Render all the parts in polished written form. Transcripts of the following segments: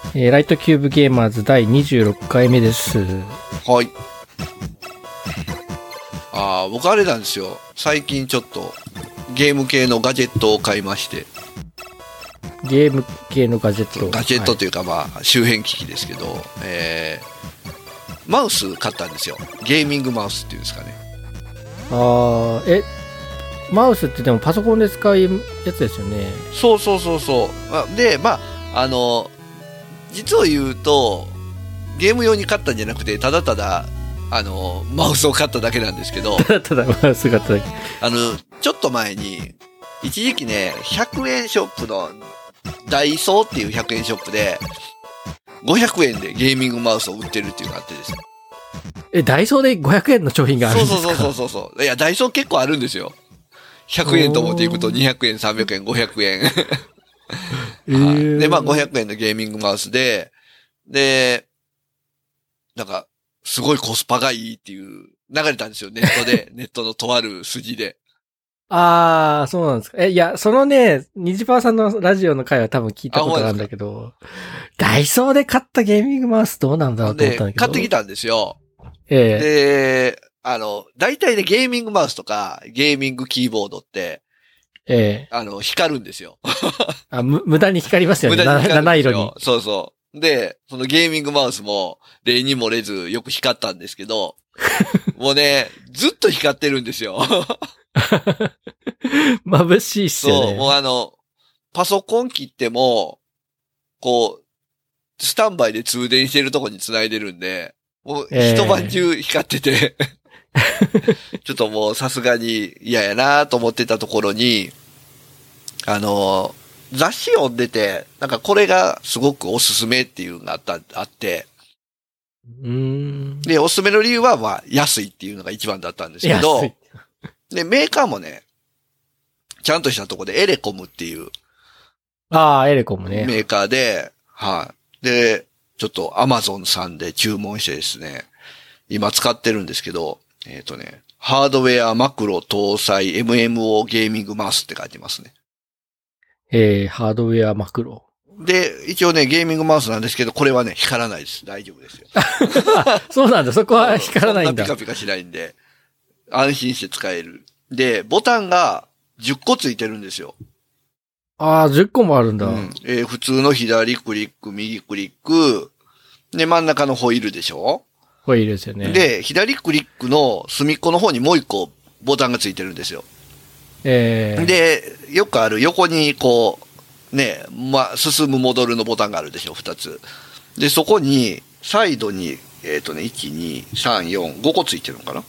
ライトキューブゲーマーズ第26回目です。 はい。僕あれなんですよ。最近ちょっとゲーム系のガジェットを買いまして。 ゲーム系のガジェット。 ガジェットというか、周辺機器ですけど、マウス買ったんですよ。ゲーミングマウスっていうんですかね。 マウスってでもパソコンで使うやつですよね。 そう。で、実を言うと、ゲーム用に買ったんじゃなくて、ただただ、マウスを買っただけなんですけど、 ただただマウス買っただけ。 ちょっと前に、一時期ね、100円ショップのダイソーっていう100円ショップで、500円でゲーミングマウスを売ってるっていうのがあってですね。 ダイソーで500円の商品があるんですか？ そう。いや、ダイソー結構あるんですよ。100円と思っていくと200円、300円、500円。で、500円のゲーミングマウスで、なんか、すごいコスパがいいっていう流れたんですよ、ネットで。ネットのとある筋で。 そうなんですか。いや、そのね、ニジパーさんのラジオの回は多分聞いたことあるんだけど、ダイソーで買ったゲーミングマウスどうなんだろうと思ったんだけど。 買ってきたんですよ。 で、 大体ね、ゲーミングマウスとか、ゲーミングキーボードって、光るんですよ。 無駄に光りますよね。七色に。 そう。で、そのゲーミングマウスも、例に漏れずよく光ったんですけど、もうね、ずっと光ってるんですよ。 眩しいっすよね。 そう、もうパソコン切っても、こう、スタンバイで通電してるとこに繋いでるんで、もう一晩中光ってて、ちょっともうさすがに嫌やなと思ってたところに、雑誌読んでて、なんかこれがすごくおすすめっていうのがあって、で、おすすめの理由は安いっていうのが一番だったんですけど、で、メーカーもね、ちゃんとしたところでエレコムっていう、 エレコムね。 メーカーで、はい。で、ちょっと Amazon さんで注文してですね、今使ってるんですけど、ハードウェアマクロ搭載 MMO ゲーミングマウスって書いてますね。 ハードウェアマクロ。 で、一応ね、ゲーミングマウスなんですけど、これはね、光らないです。大丈夫ですよ。 そうなんだ。そこは光らないんだ。 そんなピカピカしないんで、安心して使える。で、ボタンが10個ついてるんですよ。 10個もあるんだ。 普通の左クリック、右クリック、で、真ん中のホイールでしょ？ ホイールですよね。 で、左クリックの隅っこの方にもう一個ボタンがついてるんですよ。で、よくある横にこう、ね、進む戻るのボタンがあるでしょ、2つ。で、そこに、サイドに、1、2、3、4、5個ついてるのかな？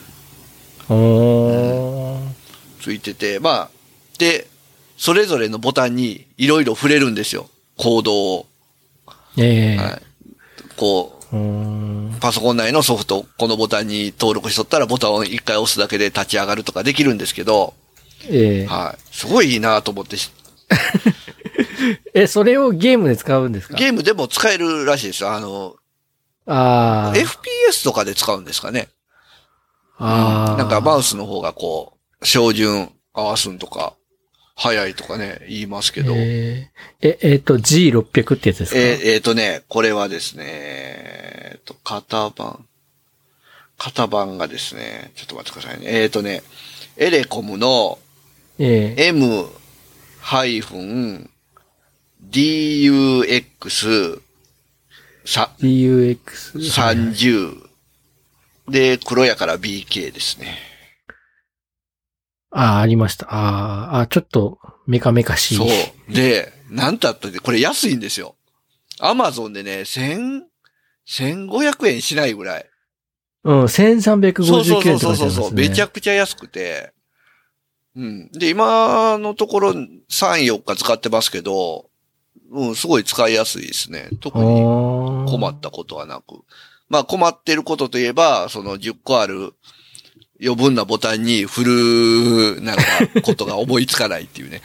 ついてて、で、それぞれのボタンにいろいろ触れるんですよ。コードを。はい。こう、パソコン内のソフト、このボタンに登録しとったらボタンを一回押すだけで立ち上がるとかできるんですけど、はい。すごいいいなと思って。 それをゲームで使うんですか？ ゲームでも使えるらしいですよ。FPS とかで使うんですかね。なんかマウスの方がこう、照準合わすんとか、早いとかね、言いますけど。 G600 ってやつですか？ これはですね、型番がですね、ちょっと待ってくださいね。エレコムの、M-DUX30 で、黒やから BK ですね。 ありました。ちょっとメカメカしい。 そう。で、なんたってこれ安いんですよ。Amazon でね、1500円しないぐらい。 1359円とかですね。 そう。めちゃくちゃ安くて。で、今のところ3、4日使ってますけど、すごい使いやすいですね。特に困ったことはなく。困ってることといえば、その10個ある余分なボタンに振る、なんか、ことが思いつかないっていうね。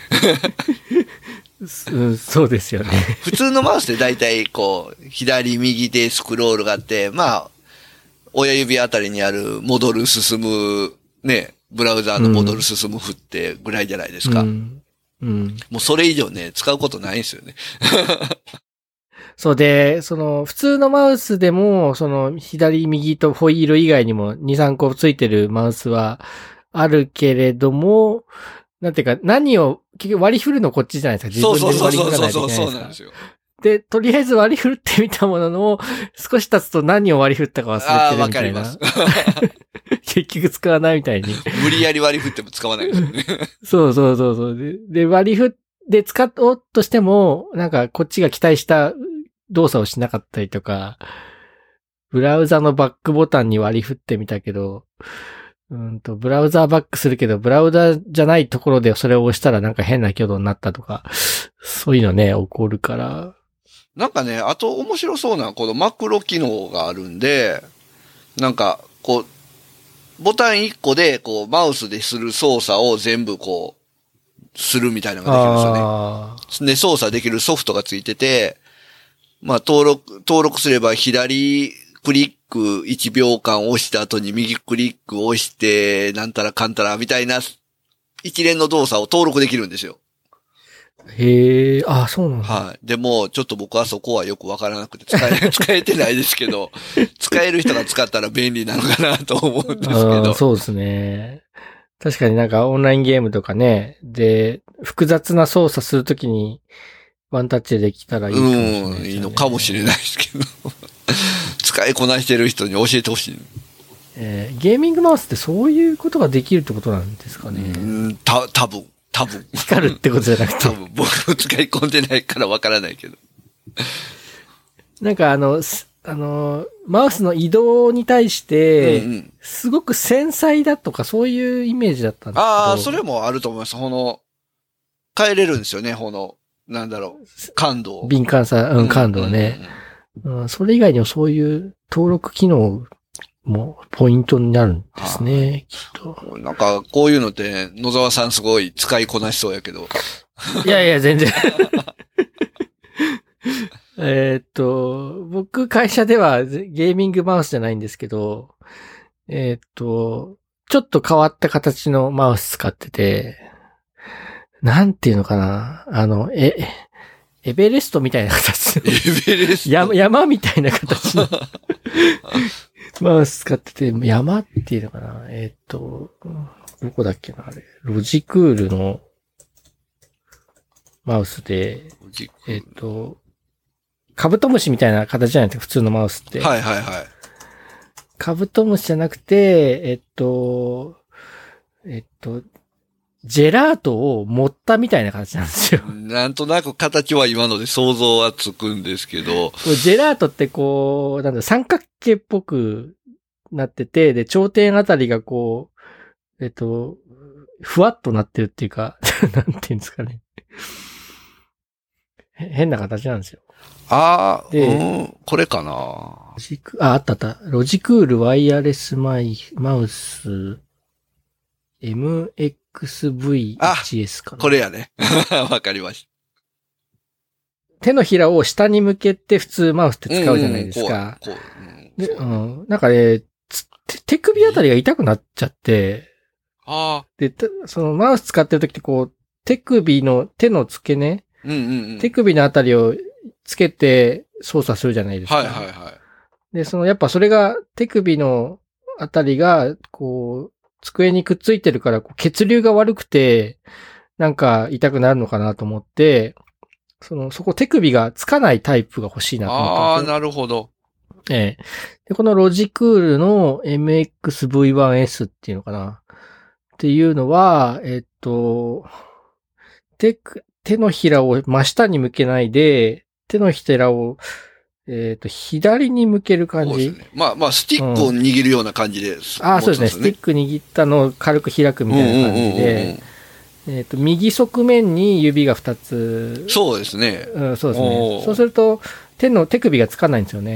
そうですよね。 普通のマウスでだいたいこう、左右でスクロールがあって、親指あたりにある戻る進む、ね、ブラウザーの戻る進む振ってぐらいじゃないですか。もうそれ以上ね、使うことないんですよね。 そうで、普通のマウスでも、左右とホイール以外にも2、3個ついてるマウスはあるけれども、なんていうか、結局割り振るのこっちじゃないですか。自分で割り振らないといけないですか。 そうなんですよ。 で、とりあえず割り振ってみたものの、少し経つと何を割り振ったか忘れてるみたいな。 わかります。 結局使わないみたいに。 無理やり割り振っても使わないですよね。 そう。で、割り振って使おうとしても、なんかこっちが期待した動作をしなかったりとか、ブラウザのバックボタンに割り振ってみたけど、ブラウザーバックするけど、ブラウザじゃないところでそれを押したらなんか変な挙動になったとか、そういうのね、起こるから。 なんかね、あと面白そうな、このマクロ機能があるんで、なんか、こう、ボタン1個で、こう、マウスでする操作を全部こう、するみたいなのができるんですよね。で、操作できるソフトがついてて、まあ、登録すれば左クリック1秒間押した後に右クリック押して、なんたらかんたらみたいな一連の動作を登録できるんですよ。 へえ、あ、そうなんだ。 はい。でも、ちょっと僕はそこはよくわからなくて使えてないですけど、使える人が使ったら便利なのかなと思うんですけど。 そうですね。確かになんかオンラインゲームとかね、で、複雑な操作するときにワンタッチでできたらいいかもしれないですね。 いいのかもしれないですけど。使いこなしてる人に教えてほしい。 ゲーミングマウスってそういうことができるってことなんですかね。 多分。 光るってことじゃなくて。 多分僕も使い込んでないからわからないけど。 なんかマウスの移動に対して、すごく繊細だとかそういうイメージだったんですけど。 ああ、それもあると思います。変えれるんですよね、なんだろう、感度。 敏感さ、感度ね。それ以外にもそういう登録機能もポイントになるんですね、きっと。 なんか、こういうのって、野沢さんすごい使いこなしそうやけど。 いや、全然。僕、会社ではゲーミングマウスじゃないんですけど、ちょっと変わった形のマウス使ってて、なんていうのかな、エベレストみたいな形の。 エベレスト山みたいな形のマウス使ってて、山っていうのかな、どこだっけな、あれ。ロジクールのマウスで、カブトムシみたいな形じゃないですか、普通のマウスって。 はい。 カブトムシじゃなくて、ジェラートを盛ったみたいな形なんですよ。 なんとなく形は今ので想像はつくんですけど。 ジェラートってこう、三角形っぽくなってて、で、頂点あたりがこう、ふわっとなってるっていうか、なんていうんですかね。変な形なんですよ。 これかな。 あった。ロジクールワイヤレスマウス MXV1S かな。 これやね。わかりました。 手のひらを下に向けて普通マウスって使うじゃないですか。なんかね、手首あたりが痛くなっちゃって、で、そのマウス使ってる時ってこう、手の付け根、手首のあたりをつけて操作するじゃないですか。で、やっぱそれが手首のあたりが、こう、机にくっついてるから、血流が悪くて、なんか痛くなるのかなと思って、そこ手首がつかないタイプが欲しいなと思ったんですよ。 なるほど。 で、このロジクールの MXV1S っていうのかなっていうのは、手のひらを真下に向けないで、手のひらを、左に向ける感じ。 そうですね。まあ、スティックを握るような感じで、 そうですね。スティック握ったのを軽く開くみたいな感じで、右側面に指が2つ。 そうですね。 そうですね。そうすると、手首がつかないんですよね。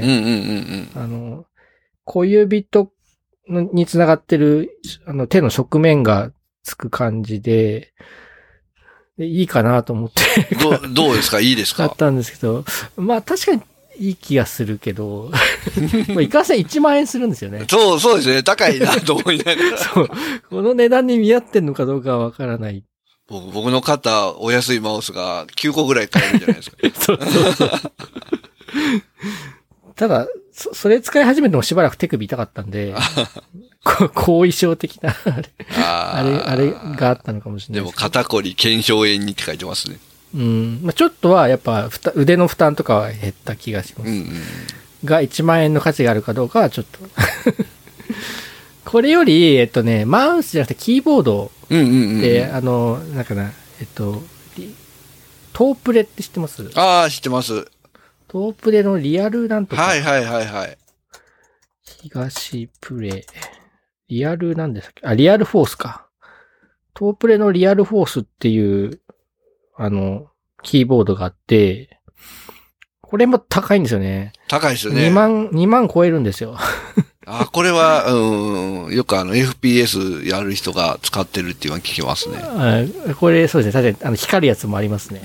小指につながってる、手の側面がつく感じで、いいかなと思って。 どうですか？いいですか？ 買ったんですけど、まあ確かにいい気がするけど、いかんせん1万円するんですよね。 そうですね。高いなと思いながら。 そう。この値段に見合ってんのかどうかはわからない。 僕の買ったお安いマウスが9個ぐらい買えるんじゃないですか。 そう。 ただ、それ使い始めてもしばらく手首痛かったんで、後遺症的なあれがあったのかもしれないでも肩こり腱鞘炎にって書いてますね。 まあ、ちょっとはやっぱ腕の負担とかは減った気がします。が1万円の価値があるかどうかはちょっと。これより、マウスじゃなくてキーボードで、なんかな、トープレって知ってます？ ああ、知ってます。 トープレのリアルなんとか。 はい。 東プレ。リアルなんですっけ？リアルフォースか。トープレのリアルフォースっていう、キーボードがあって、これも高いんですよね。 高いですよね。 2万超えるんですよ。 これは、よくFPS やる人が使ってるっていうのは聞きますね。 これ、そうですね。確かに、光るやつもありますね。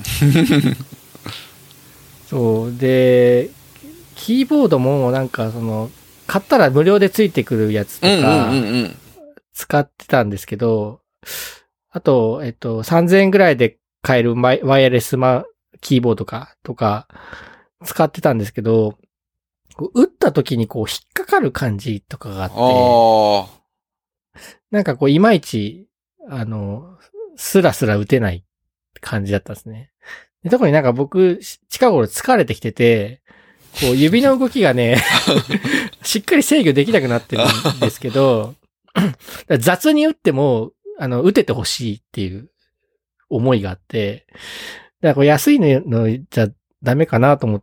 そう。で、キーボードもなんか買ったら無料でついてくるやつとか、使ってたんですけど、あと、3000円ぐらいで買えるワイヤレスキーボードとか、使ってたんですけど、打った時に引っかかる感じとかがあって、なんかいまいち、スラスラ打てない感じだったんですね。で特になんか僕、近頃疲れてきてて、指の動きがね、しっかり制御できなくなってるんですけど、雑に打っても、打ててほしいっていう思いがあって、だから安いのじゃダメかなと思って、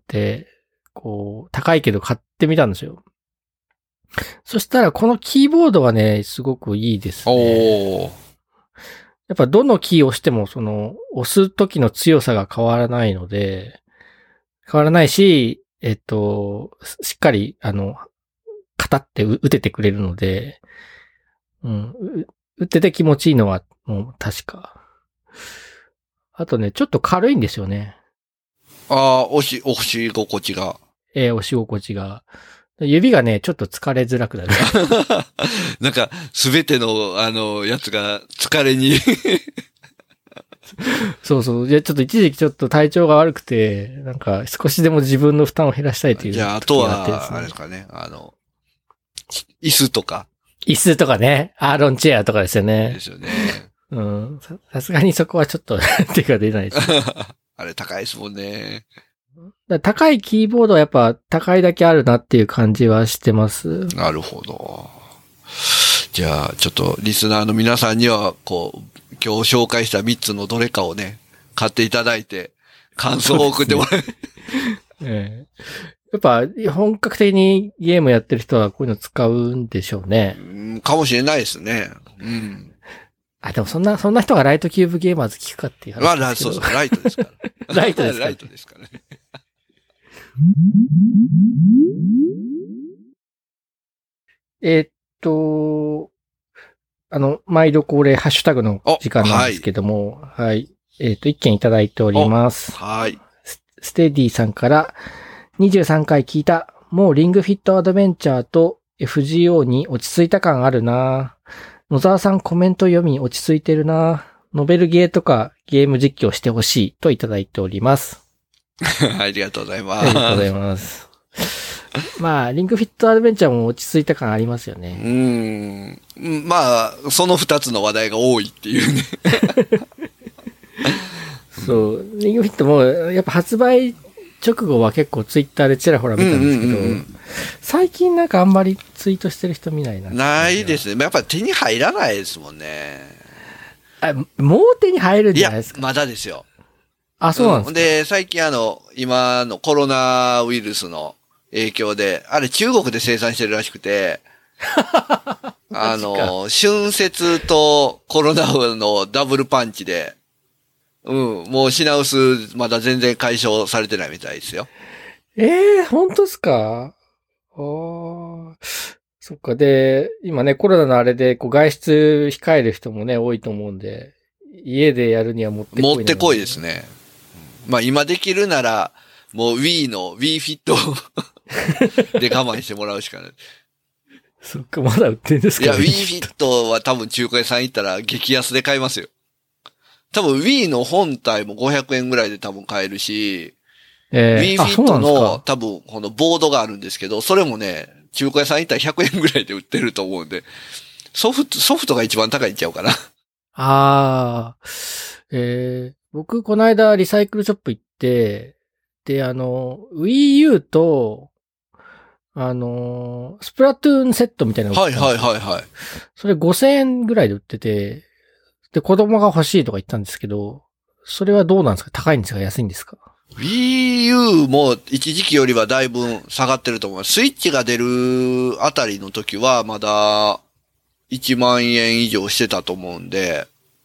高いけど買ってみたんですよ。そしたらこのキーボードはね、すごくいいですね。やっぱどのキーを押しても押す時の強さが変わらないので、変わらないし、しっかり、カタって打ててくれるので、打ってて気持ちいいのはもう確か。あとね、ちょっと軽いんですよね。 押し心地が。 押し心地が。指がね、ちょっと疲れづらくなる。 なんか、すべての、やつが疲れに。 そうそう。ちょっと一時期ちょっと体調が悪くて、なんか少しでも自分の負担を減らしたいという、 じゃあ、あとは、あれですかね、椅子とか。 椅子とかね、アーロンチェアとかですよね。 ですよね。 さすがにそこはちょっと手が出ないです。 あれ高いですもんね。 高いキーボードはやっぱ高いだけあるなっていう感じはしてます。 なるほど。じゃあ、ちょっとリスナーの皆さんには、今日紹介した3つのどれかをね、買っていただいて、感想を送ってもらえ。 やっぱ、本格的にゲームやってる人はこういうの使うんでしょうね。 かもしれないですね。 でもそんな人がライトキューブゲーマーズ聞くかっていう話ですけど。 そう、ライトですから。 ライトですから。 ライトですからね。 毎度恒例ハッシュタグの時間なんですけども、はい。一件いただいております。 はい。 ステディさんから23回聞いた。もうリングフィットアドベンチャーと FGO に落ち着いた感あるな。野沢さんコメント読み落ち着いてるな。ノベルゲーとかゲーム実況してほしいといただいております。 ありがとうございます。 ありがとうございます。まあ、リングフィットアドベンチャーも落ち着いた感ありますよね。 まあ、その2つの話題が多いっていうね。 そう、リングフィットも、やっぱ発売直後は結構ツイッターでちらほら見たんですけど、最近なんかあんまりツイートしてる人見ないな。 ないですね。やっぱ手に入らないですもんね。 もう手に入るんじゃないですか。 いや、まだですよ。 そうなんですか。 で、最近今のコロナウイルスの影響で、あれ中国で生産してるらしくて、春節とコロナのダブルパンチで、もう品薄まだ全然解消されてないみたいですよ。 本当ですか？そっか。で、今ね、コロナのあれで外出控える人もね、多いと思うんで、家でやるにはもってこい。 もってこいですね。まあ今できるなら、もう Wii の Wii フィットで我慢してもらうしかない。 そっか、まだ売ってんですか？ いや、Wii フィットは多分中華屋さん行ったら激安で買いますよ。多分 Wii の本体も500円ぐらいで多分買えるし、 Wii Fit の多分このボードがあるんですけど、それもね、中古屋さん行ったら100円ぐらいで売ってると思うんで、ソフトが一番高いんちゃうかな。 ああ、僕この間リサイクルショップ行って、で、Wii U と、スプラトゥーンセットみたいなのが売ってたんですよ。はい。 それ5000円ぐらいで売ってて、で、子供が欲しいとか言ったんですけど、それはどうなんですか？高いんですか？安いんですか？ Wii U も一時期よりはだいぶ下がってると思います。スイッチが出るあたりの時はまだ1万円以上してたと思うんで、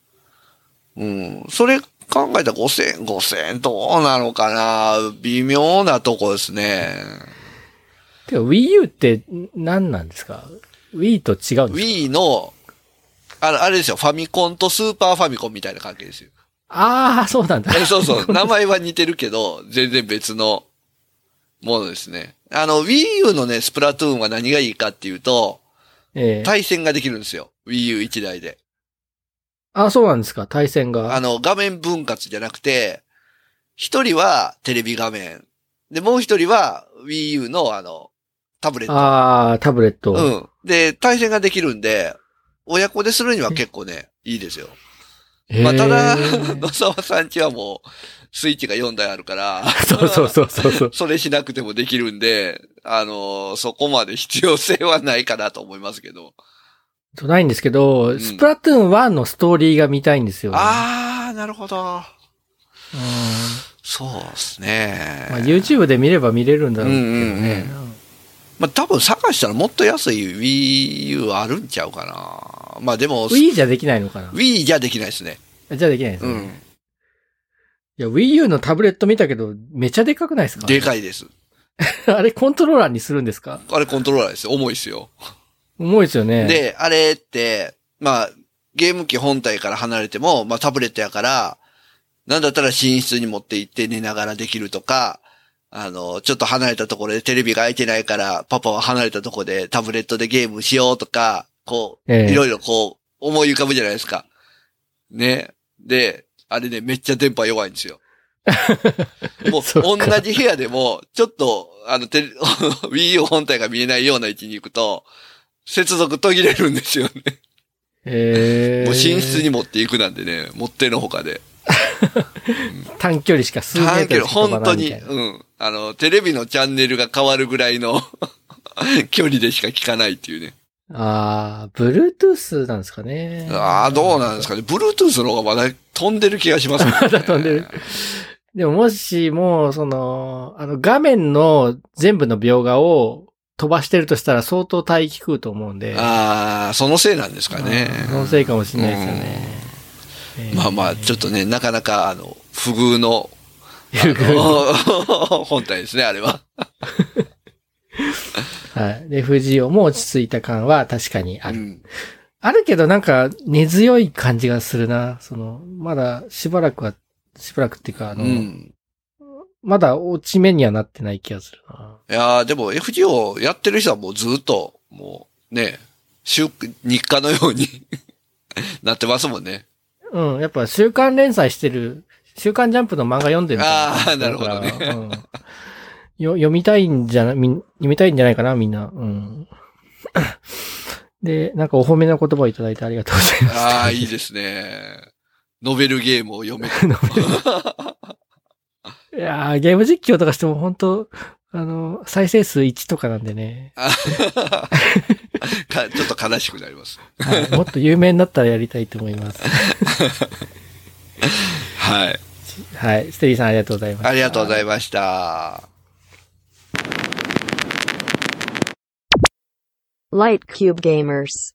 それ考えたら5000円どうなのかな？微妙なとこですね。 てか Wii U って何なんですか？ Wii と違うんですか？ Wii の、あれですよ、ファミコンとスーパーファミコンみたいな関係ですよ。 ああ、そうなんだ。 そう。名前は似てるけど、全然別のものですね。Wii U のね、スプラトゥーンは何がいいかっていうと、対戦ができるんですよ。Wii U 1台で。 あ、そうなんですか？対戦が。 画面分割じゃなくて、一人はテレビ画面。で、もう一人は Wii U のタブレット。 ああ、タブレット。 で、対戦ができるんで、親子でするには結構ね、いいですよ。まあ、ただ、野沢さんちはもう、スイッチが4台あるから。 そう。 それしなくてもできるんで、そこまで必要性はないかなと思いますけど。 ないんですけど、スプラトゥーン1のストーリーが見たいんですよ、ね。 あー、なるほど。そうですね。 まあ、YouTube で見れば見れるんだろうけどね。 まあ、多分探したらもっと安い Wii U あるんちゃうかな。まあでも。 Wii じゃできないのかな？ Wii じゃできないですね。 じゃできないですね。いや、Wii U のタブレット見たけど、めちゃでかくないですか？ でかいです。 あれコントローラーにするんですか？ あれコントローラーですよ。重いですよ。 重いですよね。 で、あれって、まあ、ゲーム機本体から離れても、まあタブレットやから、なんだったら寝室に持って行って寝ながらできるとか、ちょっと離れたところでテレビが開いてないから、パパは離れたところでタブレットでゲームしようとか、こう、いろいろこう、思い浮かぶじゃないですか。ね。で、あれね、めっちゃ電波弱いんですよ。もう、同じ部屋でも、ちょっと、Wii U 本体が見えないような位置に行くと、接続途切れるんですよね。もう寝室に持っていくなんでね、持ってのほかで。 短距離しか数メートルしか飛ばないみたいな。 本当に、テレビのチャンネルが変わるぐらいの距離でしか聞かないっていうね。 ああ、Bluetooth なんですかね。 ああ、どうなんですかね。Bluetooth の方がまだ飛んでる気がしますね。 まだ飛んでる。でももしも、画面の全部の描画を飛ばしてるとしたら相当帯域食うと思うんで。 ああ、そのせいなんですかね。 そのせいかもしれないですよね。 まあまあ、ちょっとね、なかなか、不遇の、本体ですね、あれは。 はい。で、FGO も落ち着いた感は確かにある。あるけどなんか根強い感じがするな。まだしばらくっていうか、まだ落ち目にはなってない気がするな。 いやー、でも FGO やってる人はもうずっと、もうね、日課のようになってますもんね。 やっぱ週刊連載してる、週刊ジャンプの漫画読んでるみたいな。 ああ、なるほどね。 読みたいんじゃないかな、みんな。で、なんかお褒めの言葉をいただいてありがとうございます。 ああ、いいですね。ノベルゲームを読める。 いやー、ゲーム実況とかしても本当再生数1とかなんでね。 ちょっと悲しくなります。 はい、もっと有名になったらやりたいと思います。 はい。 はい。ステリーさんありがとうございました。 ありがとうございました。 Light Cube Gamers